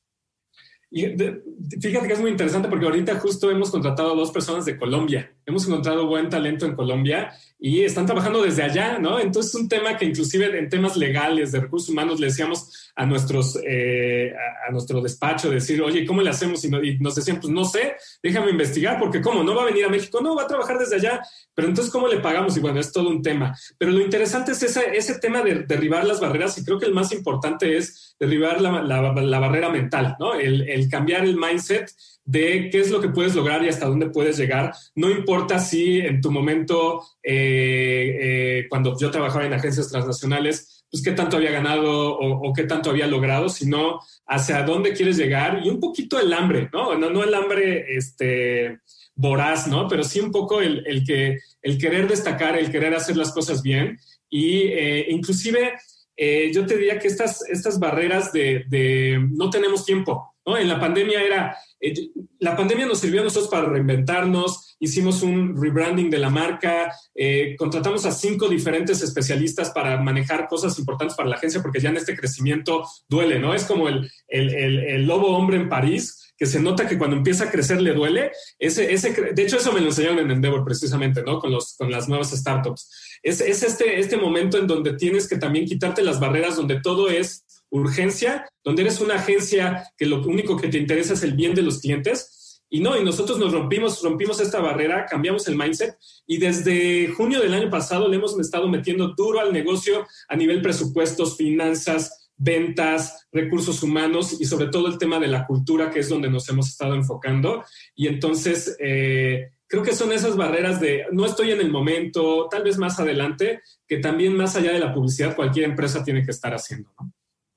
Y de, fíjate que es muy interesante porque ahorita justo hemos contratado a dos personas de Colombia. Hemos encontrado buen talento en Colombia y están trabajando desde allá, ¿no? Entonces es un tema que inclusive en temas legales de recursos humanos le decíamos a nuestros eh, a, a nuestro despacho, decir, oye, ¿cómo le hacemos? Y, no, y nos decían, pues no sé, déjame investigar, porque ¿cómo? ¿No va a venir a México? No, va a trabajar desde allá. Pero entonces, ¿cómo le pagamos? Y bueno, es todo un tema. Pero lo interesante es ese, ese tema de derribar las barreras, y creo que el más importante es derribar la, la, la barrera mental, ¿no? El, el cambiar el mindset de qué es lo que puedes lograr y hasta dónde puedes llegar. No importa si en tu momento, eh, eh, cuando yo trabajaba en agencias transnacionales, pues qué tanto había ganado o, o qué tanto había logrado, sino hacia dónde quieres llegar y un poquito el hambre, ¿no? No, no el hambre este, voraz, ¿no? Pero sí un poco el, el, que, el querer destacar, el querer hacer las cosas bien y eh, inclusive eh, yo te diría que estas, estas barreras de, de no tenemos tiempo, ¿no? En la pandemia era... Eh, la pandemia nos sirvió a nosotros para reinventarnos, hicimos un rebranding de la marca, eh, contratamos a cinco diferentes especialistas para manejar cosas importantes para la agencia, porque ya en este crecimiento duele, ¿no? Es como el, el, el, el lobo hombre en París, que se nota que cuando empieza a crecer le duele. Ese, ese, de hecho, eso me lo enseñaron en Endeavor precisamente, ¿no? Con, los, con las nuevas startups. Es, es este, este momento en donde tienes que también quitarte las barreras, donde todo es urgencia, donde eres una agencia que lo único que te interesa es el bien de los clientes. Y no, y nosotros nos rompimos, rompimos esta barrera, cambiamos el mindset y desde junio del año pasado le hemos estado metiendo duro al negocio a nivel presupuestos, finanzas, ventas, recursos humanos y sobre todo el tema de la cultura, que es donde nos hemos estado enfocando. Y entonces eh, creo que son esas barreras de no estoy en el momento, tal vez más adelante, que también más allá de la publicidad cualquier empresa tiene que estar haciendo, ¿no?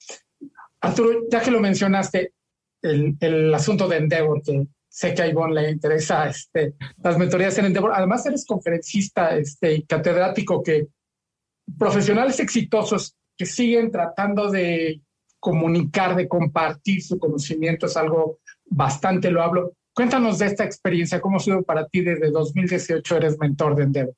Arturo, ya que lo mencionaste, el, el asunto de Endeavor, que sé que a Ivonne le interesa este, las mentorías en Endeavor. Además, eres conferencista este, y catedrático, que profesionales exitosos que siguen tratando de comunicar, de compartir su conocimiento, es algo bastante loable. Cuéntanos de esta experiencia, ¿cómo ha sido para ti? Desde dos mil dieciocho eres mentor de Endeavor.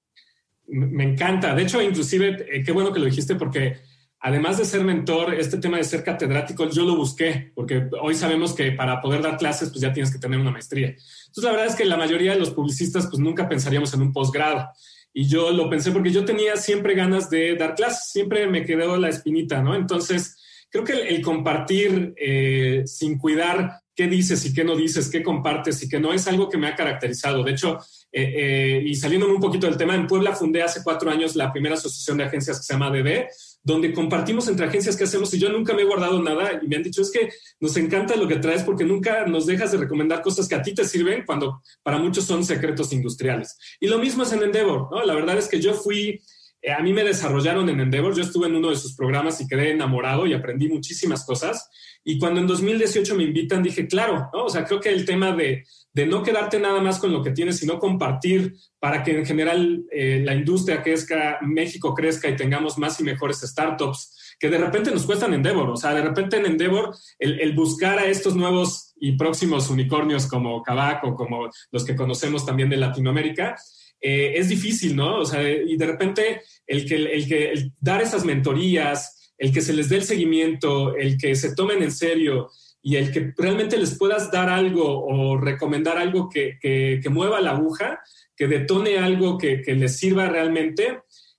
Me encanta. De hecho, inclusive, eh, qué bueno que lo dijiste, porque además de ser mentor, este tema de ser catedrático, yo lo busqué, porque hoy sabemos que para poder dar clases, pues ya tienes que tener una maestría. Entonces, la verdad es que la mayoría de los publicistas, pues nunca pensaríamos en un posgrado. Y yo lo pensé porque yo tenía siempre ganas de dar clases, siempre me quedó la espinita, ¿no? Entonces, creo que el, el compartir eh, sin cuidar qué dices y qué no dices, qué compartes y qué no, es algo que me ha caracterizado. De hecho, eh, eh, y saliéndome un poquito del tema, en Puebla fundé hace cuatro años la primera asociación de agencias que se llama A D B, donde compartimos entre agencias qué hacemos, y yo nunca me he guardado nada y me han dicho, es que nos encanta lo que traes porque nunca nos dejas de recomendar cosas que a ti te sirven cuando para muchos son secretos industriales. Y lo mismo es en Endeavor, ¿no? La verdad es que yo fui, eh, a mí me desarrollaron en Endeavor, yo estuve en uno de sus programas y quedé enamorado y aprendí muchísimas cosas. Y cuando en dos mil dieciocho me invitan, dije, claro, ¿no? O sea, creo que el tema de, de no quedarte nada más con lo que tienes, sino compartir para que en general eh, la industria crezca, México crezca y tengamos más y mejores startups que de repente nos cuestan Endeavor. O sea, de repente en Endeavor, el, el buscar a estos nuevos y próximos unicornios como Kavak o como los que conocemos también de Latinoamérica, eh, es difícil, ¿no? O sea, y de repente el que, el que el dar esas mentorías, el que se les dé el seguimiento, el que se tomen en serio y el que realmente les puedas dar algo o recomendar algo que, que, que mueva la aguja, que detone algo que, que les sirva realmente,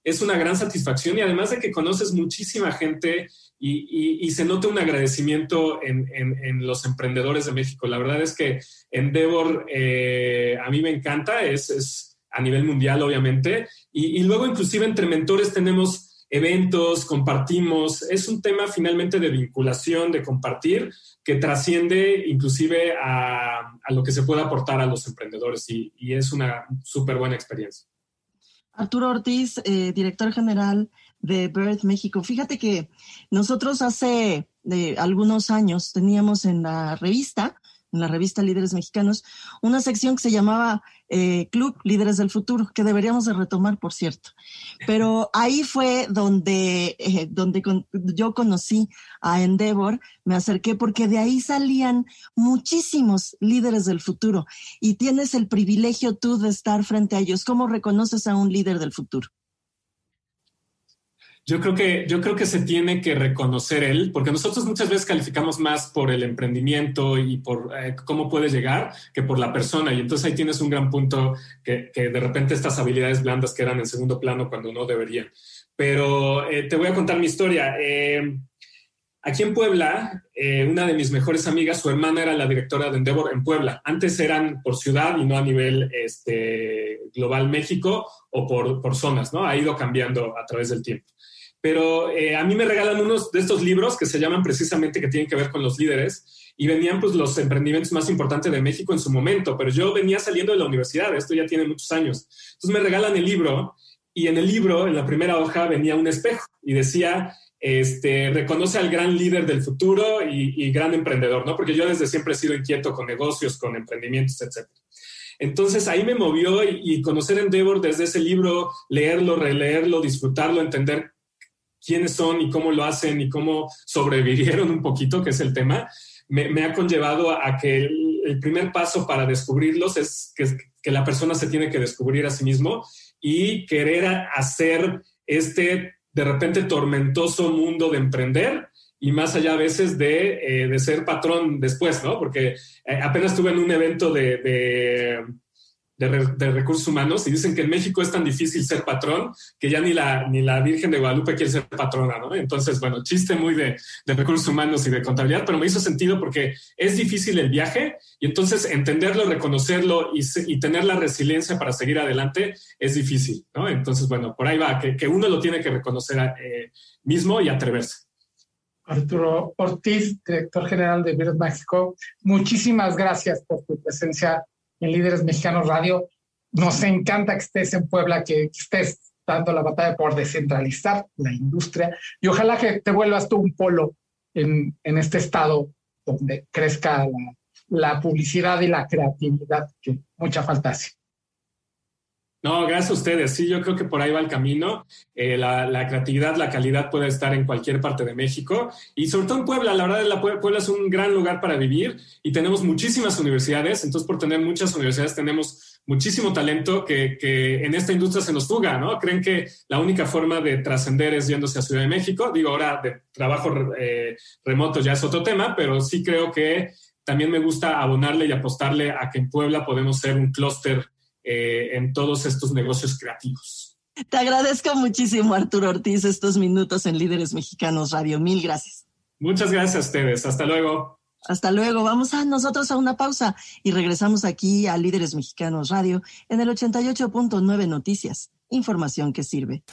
es una gran satisfacción y además de que conoces muchísima gente y, y, y se nota un agradecimiento en, en, en los emprendedores de México. La verdad es que Endeavor eh, a mí me encanta, es, es a nivel mundial obviamente, y, y luego inclusive entre mentores tenemos eventos, compartimos, es un tema finalmente de vinculación, de compartir, que trasciende inclusive a, a lo que se puede aportar a los emprendedores y, y es una súper buena experiencia. Arturo Ortiz, eh, director general de Birth México. Fíjate que nosotros hace eh, algunos años teníamos en la revista, en la revista Líderes Mexicanos, una sección que se llamaba eh, Club Líderes del Futuro, que deberíamos de retomar, por cierto. Pero ahí fue donde, eh, donde con, yo conocí a Endeavor, me acerqué porque de ahí salían muchísimos líderes del futuro y tienes el privilegio tú de estar frente a ellos. ¿Cómo reconoces a un líder del futuro? Yo creo que, yo creo que se tiene que reconocer él, porque nosotros muchas veces calificamos más por el emprendimiento y por eh, cómo puede llegar que por la persona. Y entonces ahí tienes un gran punto que, que de repente estas habilidades blandas quedan en segundo plano cuando no deberían. Pero eh, te voy a contar mi historia. Eh, aquí en Puebla, eh, una de mis mejores amigas, su hermana era la directora de Endeavor en Puebla. Antes eran por ciudad y no a nivel este, global México o por, por zonas, ¿no? Ha ido cambiando a través del tiempo. Pero eh, a mí me regalan unos de estos libros que se llaman precisamente que tienen que ver con los líderes y venían pues los emprendimientos más importantes de México en su momento, pero yo venía saliendo de la universidad, esto ya tiene muchos años. Entonces me regalan el libro y en el libro, en la primera hoja, venía un espejo y decía, este, reconoce al gran líder del futuro y, y gran emprendedor, ¿no? Porque yo desde siempre he sido inquieto con negocios, con emprendimientos, etcétera. Entonces ahí me movió y, y conocer Endeavor desde ese libro, leerlo, releerlo, disfrutarlo, entender quiénes son y cómo lo hacen y cómo sobrevivieron un poquito, que es el tema, me, me ha conllevado a que el, el primer paso para descubrirlos es que, que la persona se tiene que descubrir a sí mismo y querer hacer este, de repente, tormentoso mundo de emprender y más allá a veces de, eh, de ser patrón después, ¿no? Porque eh, apenas estuve en un evento de... de De, de recursos humanos y dicen que en México es tan difícil ser patrón que ya ni la, ni la Virgen de Guadalupe quiere ser patrona, ¿no? Entonces, bueno, chiste muy de, de recursos humanos y de contabilidad, pero me hizo sentido porque es difícil el viaje y entonces entenderlo, reconocerlo y, y tener la resiliencia para seguir adelante es difícil, ¿no? Entonces, bueno, por ahí va, que, que uno lo tiene que reconocer eh, mismo y atreverse. Arturo Ortiz, director general de Birth México, muchísimas gracias por tu presencia en Líderes Mexicanos Radio. Nos encanta que estés en Puebla, que, que estés dando la batalla por descentralizar la industria y ojalá que te vuelvas tú un polo en, en este estado donde crezca la, la publicidad y la creatividad, que mucha falta hace. No, gracias a ustedes. Sí, yo creo que por ahí va el camino. Eh, la, la creatividad, la calidad puede estar en cualquier parte de México y sobre todo en Puebla. La verdad, la Puebla es un gran lugar para vivir y tenemos muchísimas universidades. Entonces, por tener muchas universidades, tenemos muchísimo talento que, que en esta industria se nos fuga, ¿no? Creen que la única forma de trascender es yéndose a Ciudad de México. Digo, ahora de trabajo eh, remoto ya es otro tema, pero sí creo que también me gusta abonarle y apostarle a que en Puebla podemos ser un clúster Eh, en todos estos negocios creativos. Te agradezco muchísimo, Arturo Ortiz, estos minutos en Líderes Mexicanos Radio. Mil gracias. Muchas gracias a ustedes. Hasta luego. Hasta luego. Vamos a nosotros a una pausa y regresamos aquí a Líderes Mexicanos Radio en el ochenta y ocho punto nueve Noticias. Información que sirve.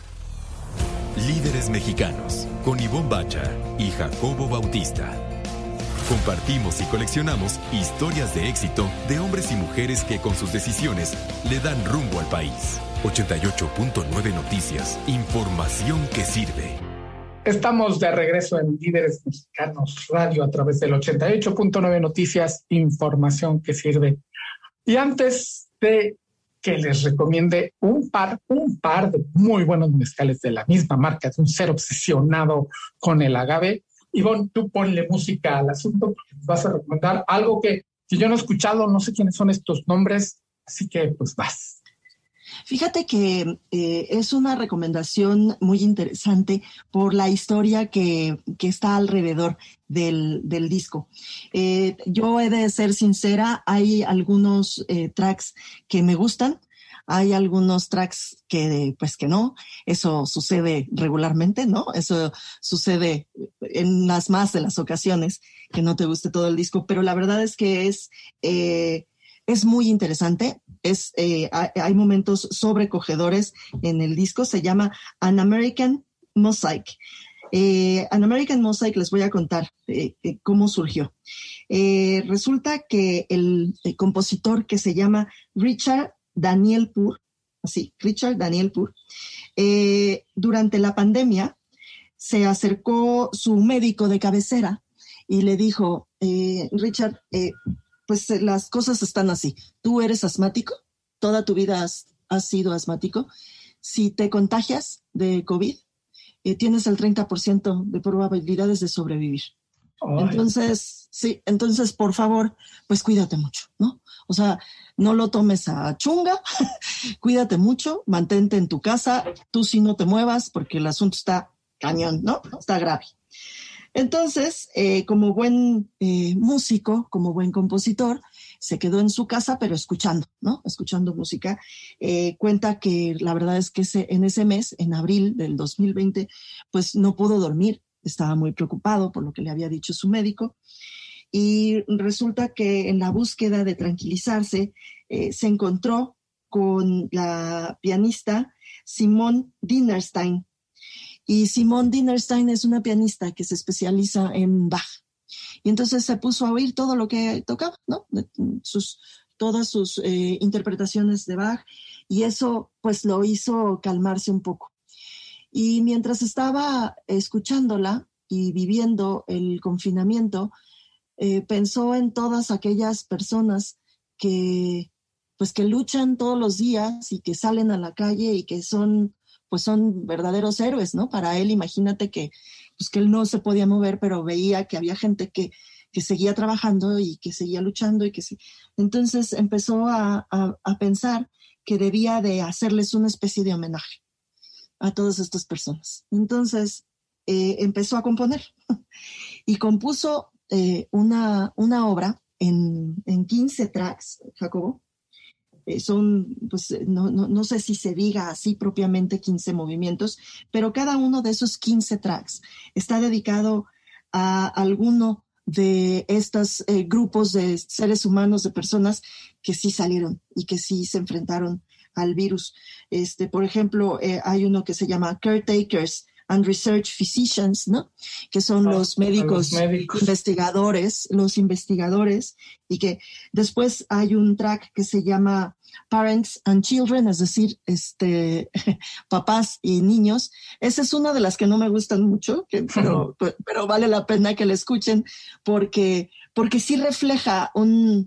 Líderes Mexicanos con Ivonne Bacha y Jacobo Bautista. Compartimos y coleccionamos historias de éxito de hombres y mujeres que con sus decisiones le dan rumbo al país. ochenta y ocho punto nueve Noticias. Información que sirve. Estamos de regreso en Líderes Mexicanos Radio a través del ochenta y ocho punto nueve Noticias. Información que sirve. Y antes de que les recomiende un par, un par de muy buenos mezcales de la misma marca, de un ser obsesionado con el agave, Ivonne, tú ponle música al asunto porque nos vas a recomendar algo que, que yo no he escuchado, no sé quiénes son estos nombres, así que pues vas. Fíjate que eh, es una recomendación muy interesante por la historia que, que está alrededor del, del disco. Eh, yo he de ser sincera, hay algunos eh, tracks que me gustan, Hay algunos tracks que, pues que no, eso sucede regularmente, ¿no? Eso sucede en las más de las ocasiones que no te guste todo el disco, pero la verdad es que es, eh, es muy interesante. Es, eh, hay, hay momentos sobrecogedores en el disco. Se llama An American Mosaic. Eh, An American Mosaic, les voy a contar eh, eh, cómo surgió. Eh, resulta que el, el compositor que se llama Richard Daniel Poor, así, Richard Daniel Poor, eh, durante la pandemia se acercó su médico de cabecera y le dijo, eh, Richard, eh, pues las cosas están así. Tú eres asmático, toda tu vida has, has sido asmático. Si te contagias de COVID, eh, tienes el treinta por ciento de probabilidades de sobrevivir. Ay. Entonces, sí, entonces, por favor, pues cuídate mucho, ¿no? O sea, no lo tomes a chunga, cuídate mucho, mantente en tu casa, tú sí no te muevas porque el asunto está cañón, ¿no? Está grave. Entonces, eh, como buen eh, músico, como buen compositor, se quedó en su casa, pero escuchando, ¿no? Escuchando música. Eh, cuenta que la verdad es que ese, en ese mes, en abril del dos mil veinte, pues no pudo dormir. Estaba muy preocupado por lo que le había dicho su médico. Y resulta que en la búsqueda de tranquilizarse, eh, se encontró con la pianista Simone Dinerstein. Y Simone Dinerstein es una pianista que se especializa en Bach. Y entonces se puso a oír todo lo que tocaba, ¿no? Sus, todas sus eh, interpretaciones de Bach. Y eso pues lo hizo calmarse un poco. Y mientras estaba escuchándola y viviendo el confinamiento, eh, pensó en todas aquellas personas que, pues, que luchan todos los días y que salen a la calle y que son, pues, son verdaderos héroes, ¿no? Para él, imagínate que, pues, que él no se podía mover, pero veía que había gente que, que seguía trabajando y que seguía luchando y que sí. Entonces empezó a, a, a pensar que debía de hacerles una especie de homenaje a todas estas personas. Entonces eh, empezó a componer y compuso eh, una, una obra en, en quince tracks, Jacobo. Eh, son, pues, no, no, no sé si se diga así propiamente quince movimientos, pero cada uno de esos quince tracks está dedicado a alguno de estos eh, grupos de seres humanos, de personas que sí salieron y que sí se enfrentaron al virus. Este, por ejemplo, eh, hay uno que se llama Caretakers and Research Physicians, ¿no? Que son ah, los médicos, los médicos investigadores, los investigadores, y que después hay un track que se llama Parents and Children, es decir, este, papás y niños. Esa es una de las que no me gustan mucho, que, pero, pero vale la pena que la escuchen porque, porque sí refleja un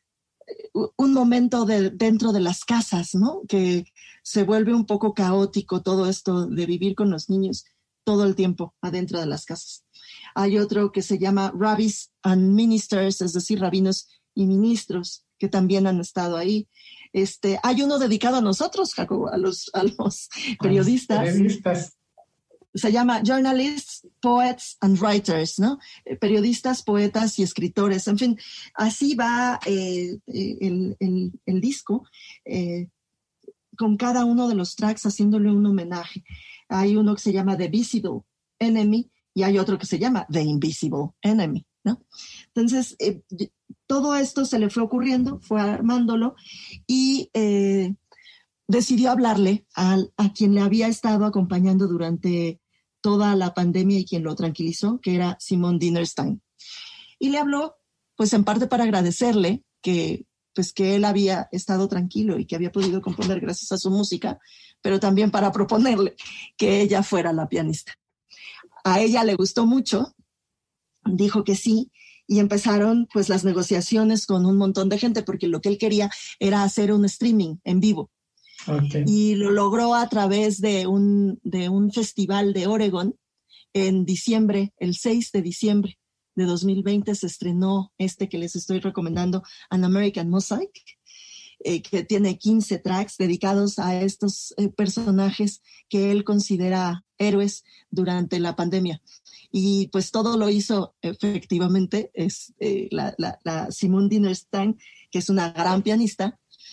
un momento de, dentro de las casas, ¿no? Que se vuelve un poco caótico todo esto de vivir con los niños todo el tiempo adentro de las casas. Hay otro que se llama Rabbis and Ministers, es decir, rabinos y ministros, que también han estado ahí. Este, hay uno dedicado a nosotros, Jacobo, a los, a los periodistas. A los periodistas. Se llama Journalists, Poets and Writers, ¿no? Eh, periodistas, poetas y escritores. En fin, así va eh, el, el, el disco, eh, con cada uno de los tracks haciéndole un homenaje. Hay uno que se llama The Visible Enemy y hay otro que se llama The Invisible Enemy, ¿no? Entonces, eh, todo esto se le fue ocurriendo, fue armándolo y eh, decidió hablarle a, a quien le había estado acompañando durante toda la pandemia y quien lo tranquilizó, que era Simone Dinerstein. Y le habló, pues en parte para agradecerle que, pues, que él había estado tranquilo y que había podido componer gracias a su música, pero también para proponerle que ella fuera la pianista. A ella le gustó mucho, dijo que sí, y empezaron pues las negociaciones con un montón de gente, porque lo que él quería era hacer un streaming en vivo. Okay. Y lo logró a través de un, de un festival de Oregon en diciembre, el seis de diciembre de dos mil veinte se estrenó este que les estoy recomendando, An American Mosaic, eh, que tiene quince tracks dedicados a estos eh, personajes que él considera héroes durante la pandemia. Y pues todo lo hizo efectivamente es, eh, la, la, la Simone Dinerstein, que es una gran pianista.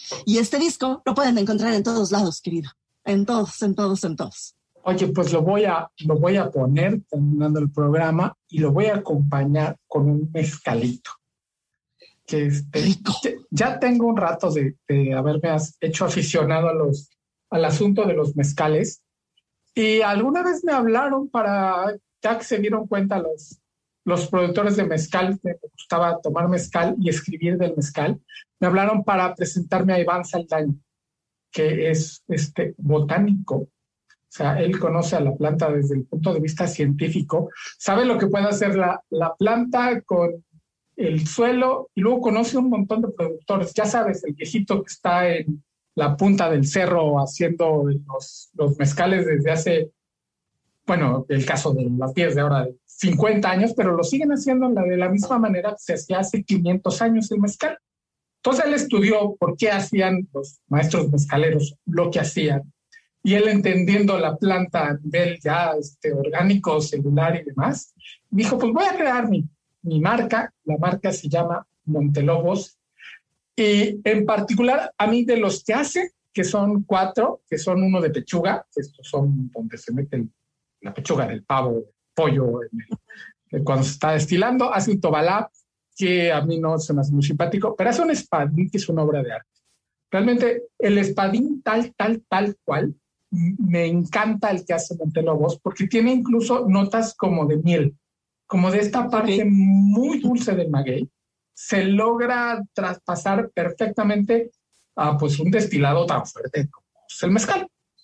Y este disco lo pueden encontrar en todos lados, querido. En todos, en todos, en todos. Oye, pues lo voy a, lo voy a poner terminando el programa y lo voy a acompañar con un mezcalito. Que este, Rico. Ya tengo un rato de, de haberme hecho aficionado a los, al asunto de los mezcales. Y alguna vez me hablaron para, ya que se dieron cuenta los, los productores de mezcal, me gustaba tomar mezcal y escribir del mezcal, me hablaron para presentarme a Iván Saldaña, que es este botánico. O sea, él conoce a la planta desde el punto de vista científico, sabe lo que puede hacer la, la planta con el suelo y luego conoce un montón de productores. Ya sabes, el viejito que está en la punta del cerro haciendo los, los mezcales desde hace, bueno, el caso de las diez de ahora, de cincuenta años, pero lo siguen haciendo de la misma manera que se hacía hace quinientos años el mezcal. Entonces él estudió por qué hacían los maestros mezcaleros lo que hacían. Y él, entendiendo la planta a nivel ya este, orgánico, celular y demás, dijo, pues voy a crear mi, mi marca. La marca se llama Montelobos. Y en particular, a mí de los que hace, que son cuatro, que son uno de pechuga, estos son donde se mete la pechuga del pavo, del pollo, en el, cuando se está destilando, hace un tobalá, que a mí no se me hace muy simpático, pero hace un espadín que es una obra de arte. Realmente el espadín tal, tal, tal cual, me encanta el que hace Montelobos porque tiene incluso notas como de miel, como de esta parte okay. muy dulce del maguey. Se logra traspasar perfectamente a pues, un destilado tan fuerte como es el mezcal.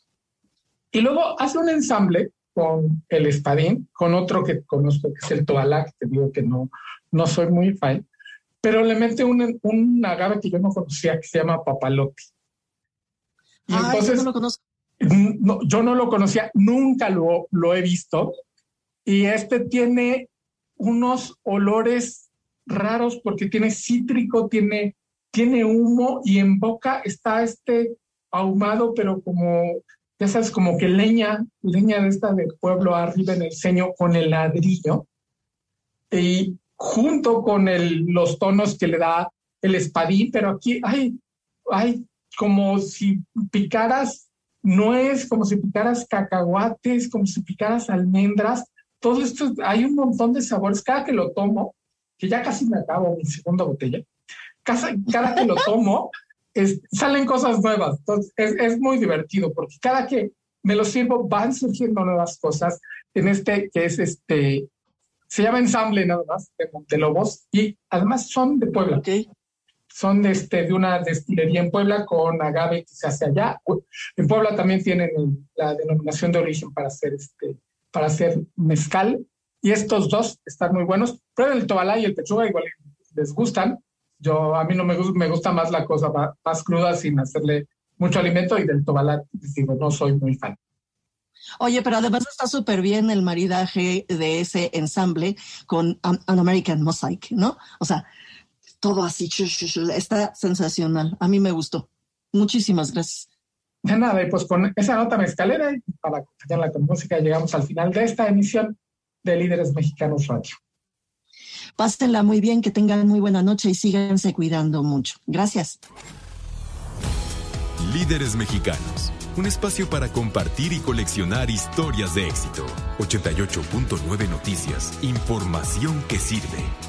Y luego hace un ensamble con el espadín, con otro que conozco que es el tobalá, que te digo que no, no soy muy fan, pero le mete un, un agave que yo no conocía que se llama papalote. Y Ay, entonces, yo no lo conozco. No, yo no lo conocía, nunca lo, lo he visto. Y este tiene unos olores raros porque tiene cítrico, tiene, tiene humo y en boca está este ahumado, pero como, ya sabes, como que leña, leña de esta del pueblo arriba en el ceño con el ladrillo. Y junto con el, los tonos que le da el espadín, pero aquí hay, hay como si picaras nuez, como si picaras cacahuates, como si picaras almendras. Todo esto, hay un montón de sabores. Cada que lo tomo, que ya casi me acabo mi segunda botella, cada, cada que lo tomo, es, salen cosas nuevas. Entonces, es, es muy divertido porque cada que me lo sirvo van surgiendo nuevas cosas en este, que es este, se llama ensamble nada más, de Montelobos, y además son de Puebla. Okay. Son de, este, de una destilería en Puebla con agave que se hace allá. En Puebla también tienen el, la denominación de origen para hacer, este, para hacer mezcal. Y estos dos están muy buenos. Prueben el tobalá y el pechuga, igual les gustan. Yo, a mí no me, me gusta más la cosa más, más cruda sin hacerle mucho alimento. Y del tobalá, les digo, no soy muy fan. Oye, pero además está súper bien el maridaje de ese ensamble con An, An American Mosaic, ¿no? O sea, todo así, está sensacional. A mí me gustó. Muchísimas gracias. De nada, y pues con esa nota mezcalera y para acompañarla con música llegamos al final de esta emisión de Líderes Mexicanos Radio. Pásenla muy bien, que tengan muy buena noche y síganse cuidando mucho. Gracias. Líderes Mexicanos, un espacio para compartir y coleccionar historias de éxito. ochenta y ocho punto nueve Noticias, información que sirve.